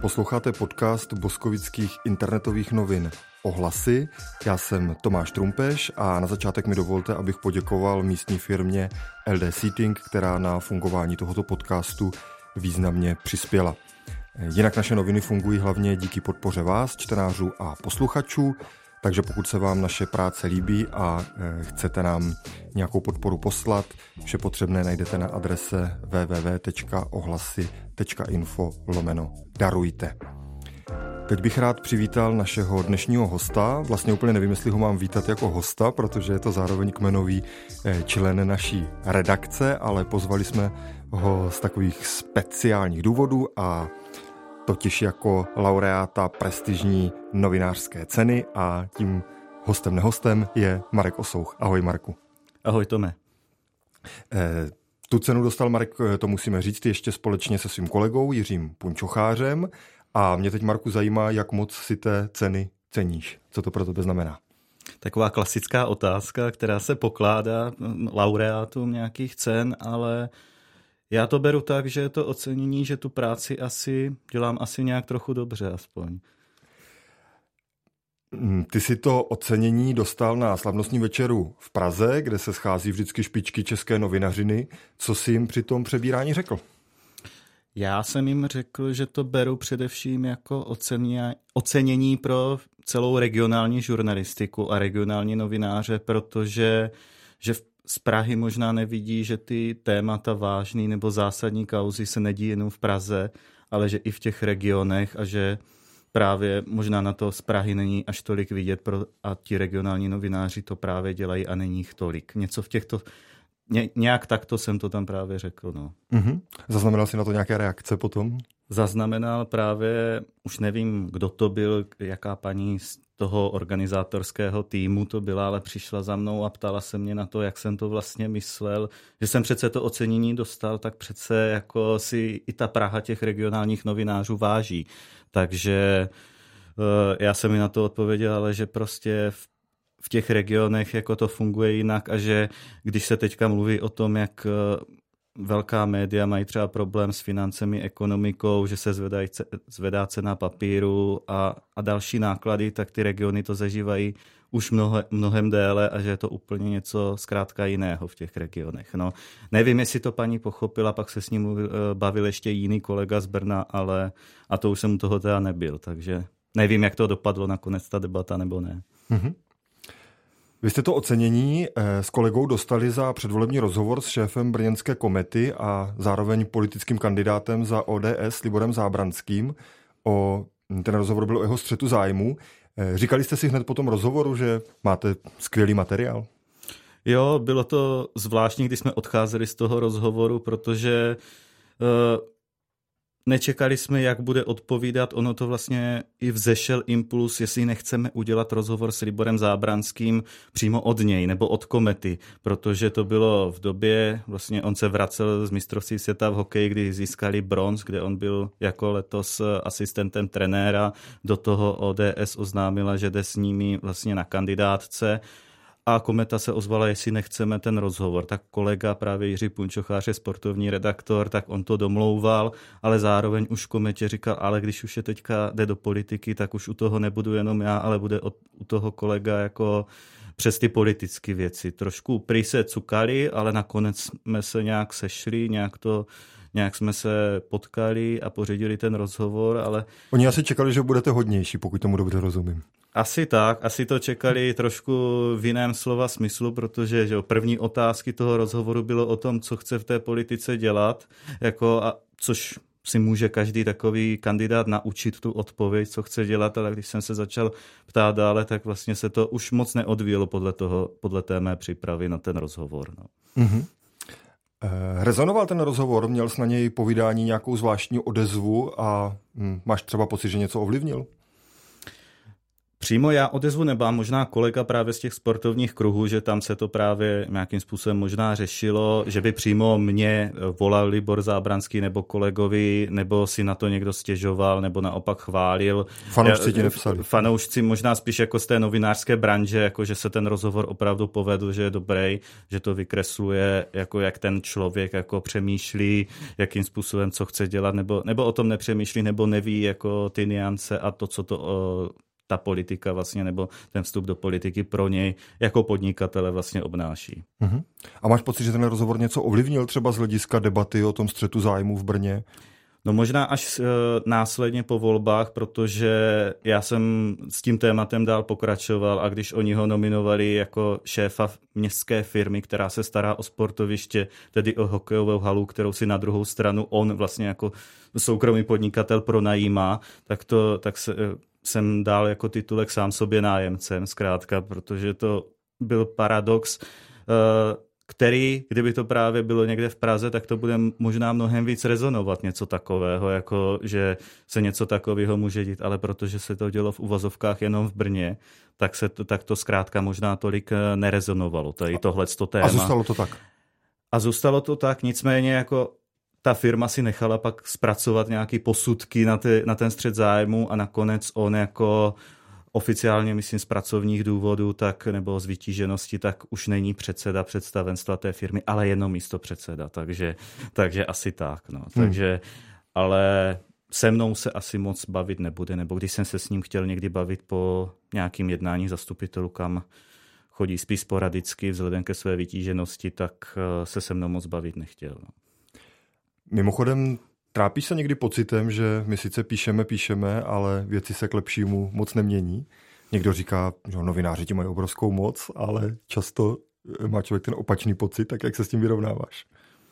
Posloucháte podcast boskovických internetových novin Ohlasy. Já jsem Tomáš Trumpeš a na začátek mi dovolte, abych poděkoval místní firmě LD Seating, která na fungování tohoto podcastu významně přispěla. Jinak naše noviny fungují hlavně díky podpoře vás, čtenářů a posluchačů, takže pokud se vám naše práce líbí a chcete nám nějakou podporu poslat, vše potřebné najdete na adrese www.ohlasy.info/darujte. Teď bych rád přivítal našeho dnešního hosta. Vlastně úplně nevím, jestli ho mám vítat jako hosta, protože je to zároveň kmenový člen naší redakce, ale pozvali jsme ho z takových speciálních důvodů a totiž jako laureáta prestižní novinářské ceny a tím hostem je Marek Osouch. Ahoj Marku. Ahoj Tome. Tu cenu dostal Marek, to musíme říct, ještě společně se svým kolegou Jiřím Punčochářem a mě teď, Marku, zajímá, jak moc si té ceny ceníš. Co to pro tebe znamená? Taková klasická otázka, která se pokládá laureátům nějakých cen, ale já to beru tak, že je to ocenění, že tu práci dělám nějak trochu dobře aspoň. Ty si to ocenění dostal na slavnostním večeru v Praze, kde se schází vždycky špičky české novinařiny. Co jsi jim při tom přebírání řekl? Já jsem jim řekl, že to beru především jako ocenění pro celou regionální žurnalistiku a regionální novináře, protože z Prahy možná nevidí, že ty témata vážný nebo zásadní kauzy se nedí jenom v Praze, ale že i v těch regionech a že právě možná na to z Prahy není až tolik vidět a ti regionální novináři to právě dělají a není jich tolik. Něco v těchto, nějak takto jsem to tam právě řekl. No. Mm-hmm. Zaznamenal jsi na to nějaké reakce potom? Zaznamenal právě, už nevím, kdo to byl, jaká paní z toho organizátorského týmu to byla, ale přišla za mnou a ptala se mě na to, jak jsem to vlastně myslel. Že jsem přece to ocenění dostal, tak přece jako si i ta Praha těch regionálních novinářů váží. Takže já jsem mi na to odpověděl, ale že prostě v těch regionech jako to funguje jinak a že když se teďka mluví o tom, jak velká média mají třeba problém s financemi, ekonomikou, že se zvedá cena papíru a další náklady, tak ty regiony to zažívají už mnohem déle a že je to úplně něco zkrátka jiného v těch regionech. No, nevím, jestli to paní pochopila, pak se s ním bavil ještě jiný kolega z Brna, a to už jsem u toho teda nebyl, takže nevím, jak to dopadlo nakonec ta debata nebo ne. Mm-hmm. Vy jste to ocenění s kolegou dostali za předvolební rozhovor s šéfem brněnské Komety a zároveň politickým kandidátem za ODS Liborem Zábranským. Ten rozhovor byl o jeho střetu zájmů. Říkali jste si hned po tom rozhovoru, že máte skvělý materiál? Jo, bylo to zvláštní, když jsme odcházeli z toho rozhovoru, protože nečekali jsme, jak bude odpovídat. Ono to vlastně i vzešel impuls, jestli nechceme udělat rozhovor s Liborem Zábranským přímo od něj nebo od Komety, protože to bylo v době, vlastně on se vracel z mistrovství světa v hokeji, kdy získali bronz, kde on byl jako letos asistentem trenéra. Do toho ODS oznámila, že jde s nimi vlastně na kandidátce. A Kometa se ozvala, jestli nechceme ten rozhovor. Tak kolega právě Jiří Punčochář je sportovní redaktor, tak on to domlouval, ale zároveň už Kometě říkal, ale když už je teďka jde do politiky, tak už u toho nebudu jenom já, ale bude u toho kolega jako přes ty politické věci. Trošku prý se cukali, ale nakonec jsme se nějak sešli, nějak jsme se potkali a pořídili ten rozhovor, ale... Oni asi čekali, že budete hodnější, pokud tomu dobře rozumím. Asi tak, asi to čekali trošku v jiném slova smyslu, protože že první otázky toho rozhovoru bylo o tom, co chce v té politice dělat, což si může každý takový kandidát naučit tu odpověď, co chce dělat, ale když jsem se začal ptát dále, tak vlastně se to už moc neodvíjelo podle té mé přípravy na ten rozhovor. No. Mm-hmm. Rezonoval ten rozhovor? Měl jsi na něj po vydání nějakou zvláštní odezvu a máš třeba pocit, že něco ovlivnil? Přímo já odezvu nemám, možná kolega právě z těch sportovních kruhů, že tam se to právě nějakým způsobem možná řešilo, že by přímo mě volal Libor Zábranský nebo kolegovi, nebo si na to někdo stěžoval, nebo naopak chválil. Fanoušci ti nepsali. Fanoušci možná spíš jako z té novinářské branže, jako že se ten rozhovor opravdu povedl, že je dobrý, že to vykresluje, jako jak ten člověk jako přemýšlí, jakým způsobem co chce dělat, nebo o tom nepřemýšlí, nebo neví jako ty nuance a to, co to ta politika vlastně, nebo ten vstup do politiky pro něj jako podnikatele vlastně obnáší. Uh-huh. A máš pocit, že ten rozhovor něco ovlivnil třeba z hlediska debaty o tom střetu zájmů v Brně? No možná až následně po volbách, protože já jsem s tím tématem dál pokračoval a když oni ho nominovali jako šéfa městské firmy, která se stará o sportoviště, tedy o hokejovou halu, kterou si na druhou stranu on vlastně jako soukromý podnikatel pronajímá, tak jsem dal jako titulek sám sobě nájemcem, zkrátka, protože to byl paradox, který, kdyby to právě bylo někde v Praze, tak to bude možná mnohem víc rezonovat něco takového, jako že se něco takového může dít, ale protože se to dělo v uvozovkách jenom v Brně, tak to zkrátka možná tolik nerezonovalo, tady tohleto téma. A zůstalo to tak? A zůstalo to tak, nicméně jako ta firma si nechala pak zpracovat nějaké posudky na ten střet zájmu a nakonec on jako oficiálně, myslím, z pracovních důvodů tak, nebo z vytíženosti, tak už není předseda představenstva té firmy, ale jenom místo předseda, takže asi tak. No. Takže, ale se mnou se asi moc bavit nebude, nebo když jsem se s ním chtěl někdy bavit po nějakým jednání zastupitelů, kam chodí spíš sporadicky vzhledem ke své vytíženosti, tak se mnou moc bavit nechtěl. No. Mimochodem, trápíš se někdy pocitem, že my sice píšeme, ale věci se k lepšímu moc nemění? Někdo říká, že novináři ti mají obrovskou moc, ale často má člověk ten opačný pocit, tak jak se s tím vyrovnáváš?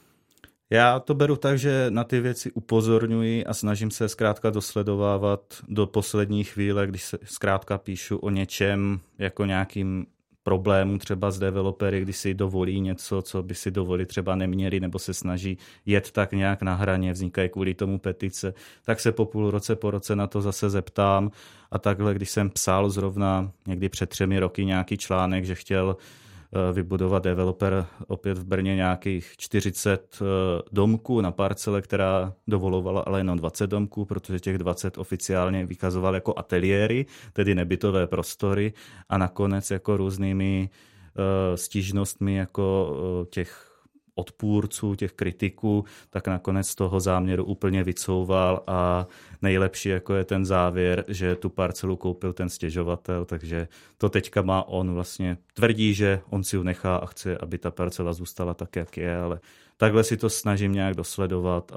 Já to beru tak, že na ty věci upozorňuji a snažím se zkrátka dosledovávat do poslední chvíle, když se zkrátka píšu o něčem jako nějakým problémů třeba s developery, když si dovolí něco, co by si dovolit třeba neměli, nebo se snaží jet tak nějak na hraně, vznikají kvůli tomu petice, tak se po půl roce, po roce na to zase zeptám. A takhle, když jsem psal zrovna někdy před 3 roky nějaký článek, že chtěl vybudovat developer opět v Brně nějakých 40 domků na parcele, která dovolovala ale jenom 20 domků, protože těch 20 oficiálně vykazoval jako ateliéry, tedy nebytové prostory a nakonec jako různými stížnostmi jako těch odpůrců, těch kritiků, tak nakonec z toho záměru úplně vycouval a nejlepší jako je ten závěr, že tu parcelu koupil ten stěžovatel, takže to teďka má on vlastně, tvrdí, že on si ji nechá a chce, aby ta parcela zůstala tak, jak je, ale takhle si to snažím nějak dosledovat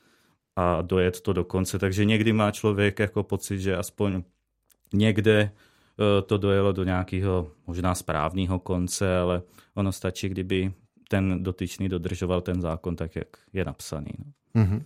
a dojet to do konce, takže někdy má člověk jako pocit, že aspoň někde to dojelo do nějakého možná správného konce, ale ono stačí, kdyby ten dotyčný dodržoval ten zákon tak, jak je napsaný. No. Mm-hmm.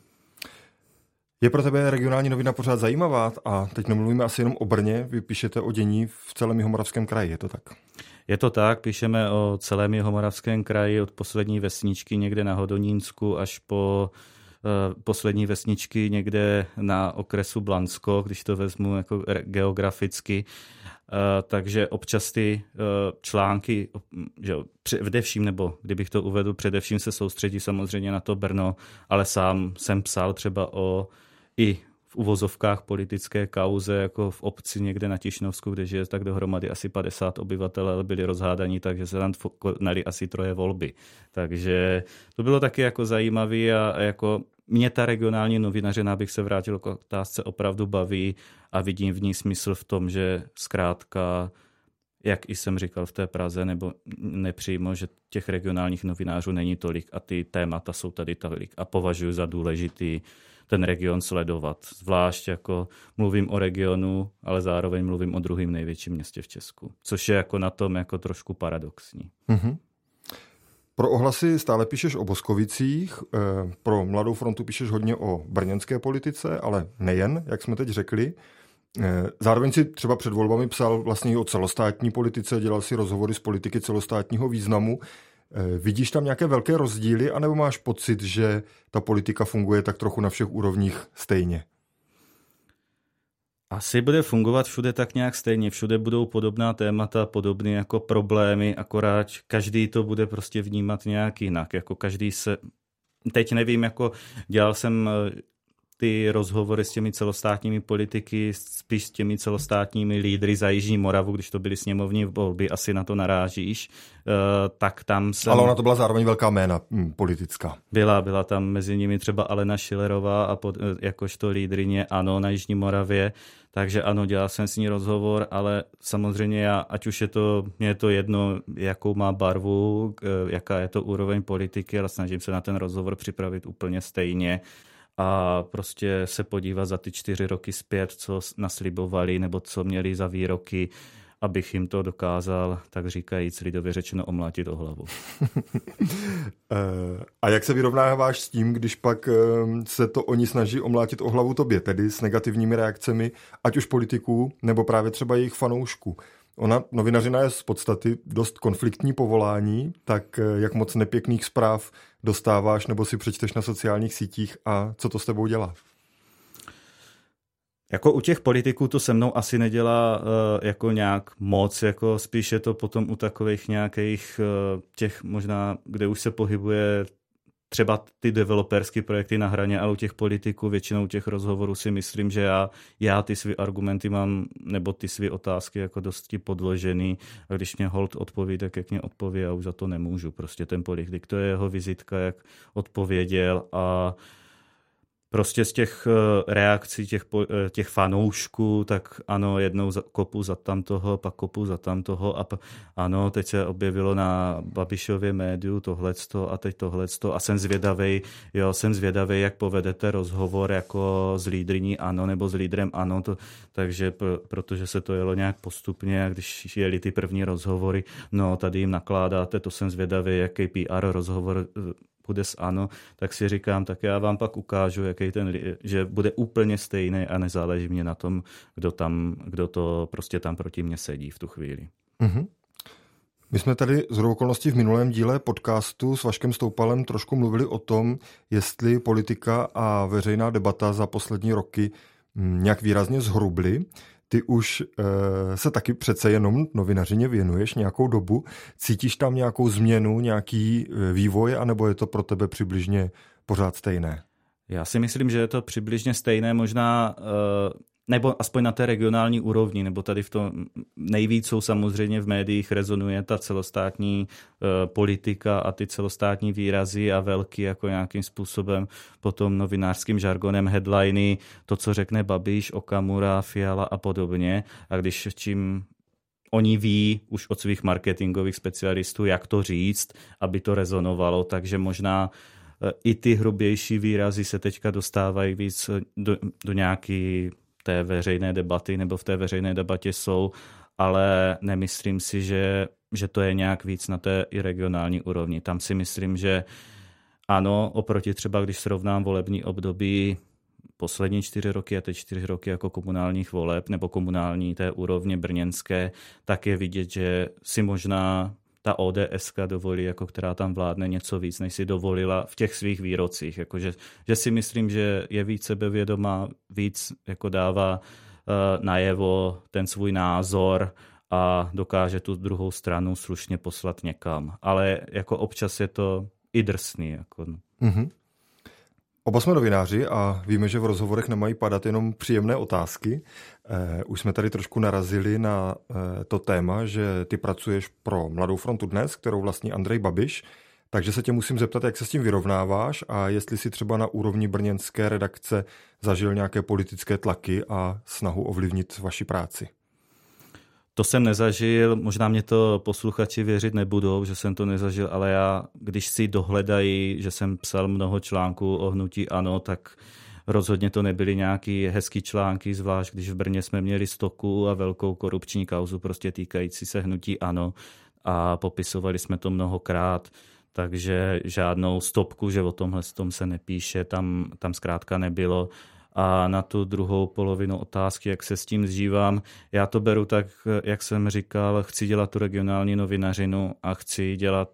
Je pro tebe regionální novina pořád zajímavá a teď nemluvíme asi jenom o Brně, vy píšete o dění v celém Jihomoravském kraji, je to tak? Je to tak, píšeme o celém Jihomoravském kraji od poslední vesničky někde na Hodonínsku až po poslední vesničky někde na okresu Blansko, když to vezmu jako geograficky. Takže občas ty články, že především, nebo kdybych to uvedl, především se soustředí samozřejmě na to Brno, ale sám jsem psal třeba i v uvozovkách politické kauze, jako v obci někde na Tišnovsku, kde žije tak dohromady asi 50 obyvatel, ale byli rozhádaní, takže se tam konaly asi 3 volby. Takže to bylo taky jako zajímavé a jako mě ta regionální novinařina, abych se vrátil k otázce, opravdu baví a vidím v ní smysl v tom, že zkrátka, jak i jsem říkal v té Praze, nebo nepřímo, že těch regionálních novinářů není tolik a ty témata jsou tady tolik a považuji za důležitý ten region sledovat. Zvlášť jako mluvím o regionu, ale zároveň mluvím o druhém největším městě v Česku, což je jako na tom jako trošku paradoxní. Mm-hmm. Pro Ohlasy stále píšeš o Boskovicích, pro Mladou frontu píšeš hodně o brněnské politice, ale nejen, jak jsme teď řekli. Zároveň si třeba před volbami psal vlastně o celostátní politice, dělal si rozhovory z politiky celostátního významu. Vidíš tam nějaké velké rozdíly, anebo máš pocit, že ta politika funguje tak trochu na všech úrovních stejně? Asi bude fungovat všude tak nějak stejně. Všude budou podobná témata, podobné jako problémy, akorát každý to bude prostě vnímat nějak jinak. Jako každý se... Teď nevím, jako dělal jsem ty rozhovory s těmi celostátními politiky, spíš s těmi celostátními lídry za Jižní Moravu, když to byly sněmovní volby, asi na to narážíš, tak tam jsem... Ale ona to byla zároveň velká jména politická. Byla tam mezi nimi třeba Alena Schillerová a jakožto lídrině ANO na Jižní Moravě, takže ano, dělal jsem s ní rozhovor, ale samozřejmě já, ať už mně je to jedno, jakou má barvu, jaká je to úroveň politiky, ale snažím se na ten rozhovor připravit úplně stejně a prostě se podívat za ty 4 roky zpět, co naslibovali nebo co měli za výroky, abych jim to dokázal, tak říkajíc, lidově řečeno, omlátit o hlavu. A jak se vyrovnáváš s tím, když pak se to oni snaží omlátit o hlavu tobě, tedy s negativními reakcemi, ať už politiků, nebo právě třeba jejich fanoušků? Novinařina je z podstaty dost konfliktní povolání, tak jak moc nepěkných zpráv dostáváš nebo si přečteš na sociálních sítích a co to s tebou dělá? Jako u těch politiků to se mnou asi nedělá jako nějak moc, jako spíš je to potom u takových nějakých těch možná, kde už se pohybuje třeba ty developerské projekty na hraně, ale u těch politiků, většinou těch rozhovorů si myslím, že já ty své argumenty mám, nebo ty své otázky jako dosti podložený a když mě hold odpoví, tak jak mě odpoví, já už za to nemůžu. Prostě ten politik, to je jeho vizitka, jak odpověděl a prostě z těch reakcí těch fanoušků, tak ano, jednou kopu za tamtoho, pak kopu za tamtoho a ano, teď se objevilo na Babišově médiu tohleto a teď tohleto a jsem zvědavej, jak povedete rozhovor jako s lídryní ANO nebo s lídrem ANO, takže protože se to jelo nějak postupně a když jeli ty první rozhovory, no tady jim nakládáte, to jsem zvědavý, jaký PR rozhovor bude s ANO, tak si říkám, tak já vám pak ukážu, že bude úplně stejný a nezáleží mě na tom, kdo to prostě tam proti mně sedí v tu chvíli. Mm-hmm. My jsme tady z okolností v minulém díle podcastu s Vaškem Stoupalem trošku mluvili o tom, jestli politika a veřejná debata za poslední roky nějak výrazně zhrubly. Ty už se taky přece jenom novinařině věnuješ nějakou dobu. Cítíš tam nějakou změnu, nějaký vývoj, anebo je to pro tebe přibližně pořád stejné? Já si myslím, že je to přibližně stejné, možná, nebo aspoň na té regionální úrovni, nebo tady v tom nejvíc jsou samozřejmě v médiích rezonuje ta celostátní politika a ty celostátní výrazy a velký jako nějakým způsobem potom novinářským žargonem headliny, to, co řekne Babiš, Okamura, Fiala a podobně. A když čím oni ví už od svých marketingových specialistů, jak to říct, aby to rezonovalo, takže možná i ty hrubější výrazy se teďka dostávají víc do nějaké té veřejné debaty, nebo v té veřejné debatě jsou, ale nemyslím si, že to je nějak víc na té i regionální úrovni. Tam si myslím, že ano, oproti třeba, když srovnám volební období poslední 4 roky a teď 4 roky jako komunálních voleb nebo komunální té úrovně brněnské, tak je vidět, že si možná ta ODSka dovolí, jako která tam vládne něco víc, než si dovolila v těch svých výrocích. Jakože, že si myslím, že je víc sebevědomá, víc jako dává najevo ten svůj názor a dokáže tu druhou stranu slušně poslat někam. Ale jako občas je to i drsný. Jako. Mm-hmm. Oba jsme novináři a víme, že v rozhovorech nemají padat jenom příjemné otázky. Už jsme tady trošku narazili na to téma, že ty pracuješ pro Mladou frontu Dnes, kterou vlastní Andrej Babiš, takže se tě musím zeptat, jak se s tím vyrovnáváš a jestli si třeba na úrovni brněnské redakce zažil nějaké politické tlaky a snahu ovlivnit vaši práci. To jsem nezažil, možná mě to posluchači věřit nebudou, že jsem to nezažil, ale já, když si dohledají, že jsem psal mnoho článků o hnutí ANO, tak rozhodně to nebyly nějaký hezký články, zvlášť když v Brně jsme měli stoku a velkou korupční kauzu prostě týkající se hnutí ANO a popisovali jsme to mnohokrát, takže žádnou stopku, že o tomhle se nepíše, tam zkrátka nebylo. A na tu druhou polovinu otázky, jak se s tím zžívám, já to beru tak, jak jsem říkal, chci dělat tu regionální novinařinu a chci dělat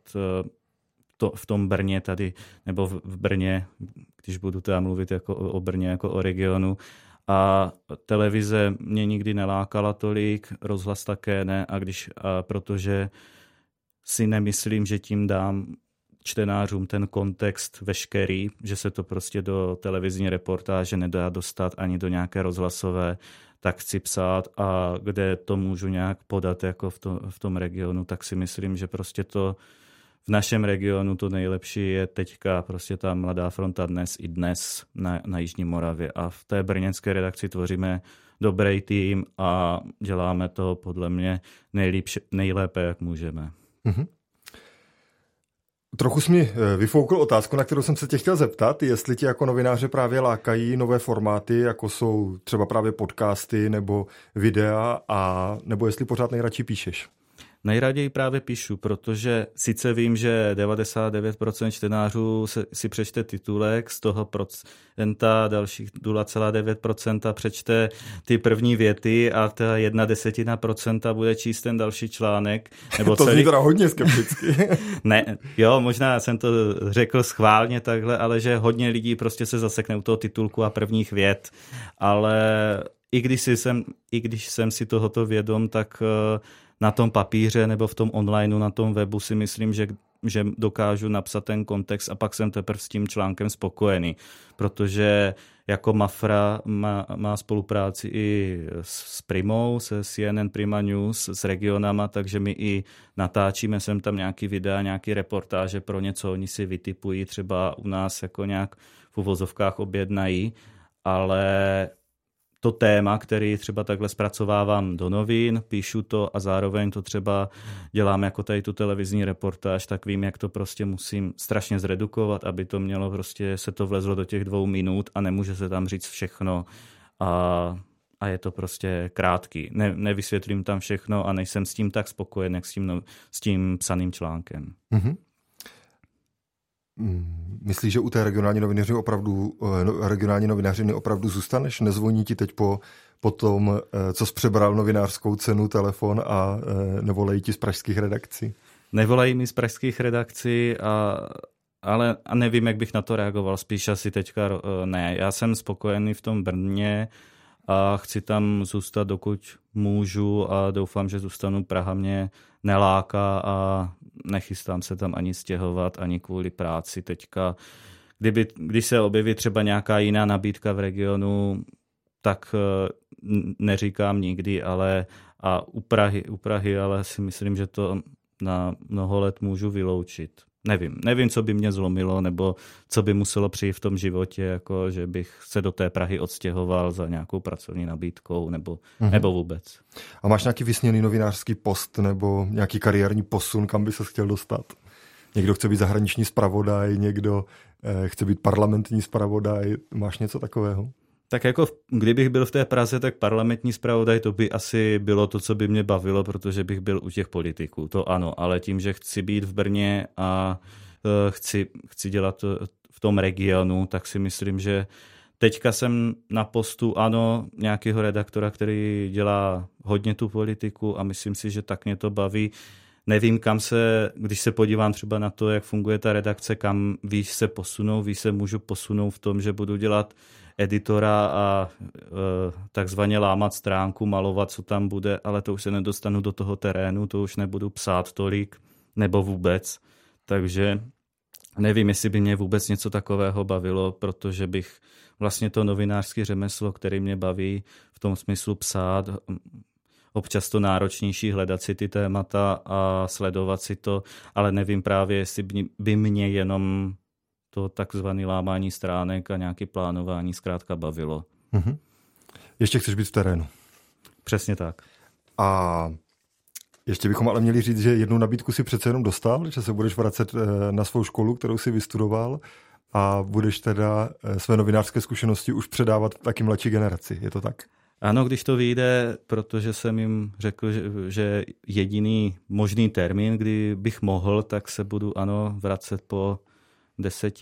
to v tom Brně tady, nebo v Brně, když budu teda mluvit jako o Brně, jako o regionu. A televize mě nikdy nelákala tolik, rozhlas také ne, protože si nemyslím, že tím dám čtenářům ten kontext veškerý, že se to prostě do televizní reportáže nedá dostat ani do nějaké rozhlasové, tak chci psát a kde to můžu nějak podat jako v tom regionu, tak si myslím, že prostě to v našem regionu to nejlepší je teďka prostě ta Mladá fronta dnes na Jižní Moravě a v té brněnské redakci tvoříme dobrý tým a děláme to podle mě nejlépe, jak můžeme. Mm-hmm. Trochu jsi mi vyfoukl otázku, na kterou jsem se tě chtěl zeptat, jestli tě jako novináře právě lákají nové formáty, jako jsou třeba právě podcasty nebo videa, a nebo jestli pořád nejradši píšeš. Nejraději právě píšu, protože sice vím, že 99% čtenářů si přečte titulek, z toho dalších 0,9% přečte ty první věty a ta 0,1% bude číst ten další článek. Nebo to zní teda hodně skepticky. Ne, jo, možná jsem to řekl schválně takhle, ale že hodně lidí prostě se zasekne u toho titulku a prvních vět, ale i když jsem si tohoto vědom, tak na tom papíře nebo v tom onlineu, na tom webu si myslím, že dokážu napsat ten kontext a pak jsem teprve s tím článkem spokojený, protože jako Mafra má spolupráci i s Primou, se CNN Prima News, s regionama, takže my i natáčíme sem tam nějaký videa, nějaký reportáže pro něco, oni si vytipují, třeba u nás jako nějak v uvozovkách objednají, ale to téma, který třeba takhle zpracovávám do novin, píšu to a zároveň to třeba dělám jako tady tu televizní reportáž, tak vím, jak to prostě musím strašně zredukovat, aby to mělo prostě, se to vlezlo do těch 2 minut a nemůže se tam říct všechno a je to prostě krátký. Nevysvětlím tam všechno a nejsem s tím tak spokojen, jak s tím psaným článkem. Mm-hmm. Myslíš, že u té regionální novinařiny opravdu zůstaneš? Nezvoní ti teď po tom, co jsi přebral novinářskou cenu, telefon a nevolají ti z pražských redakcí? Nevolají mi z pražských redakcí, ale nevím, jak bych na to reagoval. Spíš asi teďka ne. Já jsem spokojený v tom Brně a chci tam zůstat, dokud můžu a doufám, že zůstanu. Praha mě neláká a nechystám se tam ani stěhovat, ani kvůli práci teďka. Když se objeví třeba nějaká jiná nabídka v regionu, tak neříkám nikdy, ale u Prahy, ale si myslím, že to na mnoho let můžu vyloučit. Nevím, co by mě zlomilo, nebo co by muselo přijít v tom životě, jako že bych se do té Prahy odstěhoval za nějakou pracovní nabídkou, nebo vůbec. A máš nějaký vysněný novinářský post nebo nějaký kariérní posun, kam by se chtěl dostat? Někdo chce být zahraniční zpravodaj, někdo chce být parlamentní zpravodaj. Máš něco takového? Tak jako kdybych byl v té Praze, tak parlamentní zpravodaj, to by asi bylo to, co by mě bavilo, protože bych byl u těch politiků, to ano, ale tím, že chci být v Brně a chci dělat v tom regionu, tak si myslím, že teďka jsem na postu, ano, nějakého redaktora, který dělá hodně tu politiku a myslím si, že tak mě to baví. Nevím, když se podívám třeba na to, jak funguje ta redakce, kam víc se můžu posunout v tom, že budu dělat editora a takzvaně lámat stránku, malovat, co tam bude, ale to už se nedostanu do toho terénu, to už nebudu psát tolik, nebo vůbec. Takže nevím, jestli by mě vůbec něco takového bavilo, protože bych vlastně to novinářské řemeslo, který mě baví v tom smyslu psát, občas to náročnější hledat si ty témata a sledovat si to, ale nevím právě, jestli by mě jenom to takzvané lámání stránek a nějaké plánování zkrátka bavilo. Mm-hmm. Ještě chceš být v terénu. Přesně tak. A ještě bychom ale měli říct, že jednu nabídku si přece jenom dostal, že se budeš vracet na svou školu, kterou si vystudoval a budeš teda své novinářské zkušenosti už předávat taky mladší generaci. Je to tak? Ano, když to vyjde, protože jsem jim řekl, že jediný možný termín, kdy bych mohl, tak se budu vracet po 10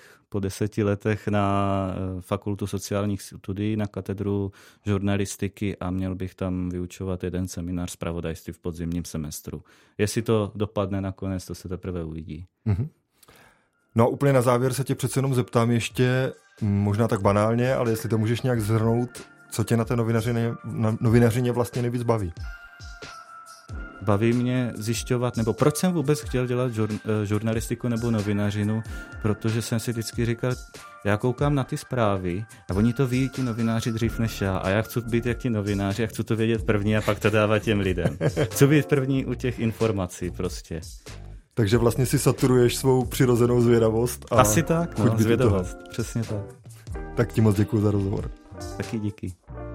letech na Fakultu sociálních studií, na katedru žurnalistiky a měl bych tam vyučovat jeden seminář zpravodajství v podzimním semestru. Jestli to dopadne nakonec, to se teprve uvidí. Mm-hmm. No a úplně na závěr se tě přece jenom zeptám ještě, možná tak banálně, ale jestli to můžeš nějak shrnout, co tě na té novinařině vlastně nejvíc baví? Baví mě zjišťovat, nebo proč jsem vůbec chtěl dělat žurnalistiku nebo novinařinu, protože jsem si vždycky říkal, já koukám na ty zprávy a oni to ví, ti novináři dřív než já a já chci být jak ti novináři, já chci to vědět první a pak to dávat těm lidem. Chci být první u těch informací prostě. Takže vlastně si saturuješ svou přirozenou zvědavost. A asi tak, no, zvědavost, přesně tak. Tak ti moc děkuji za rozhovor. Taky díky.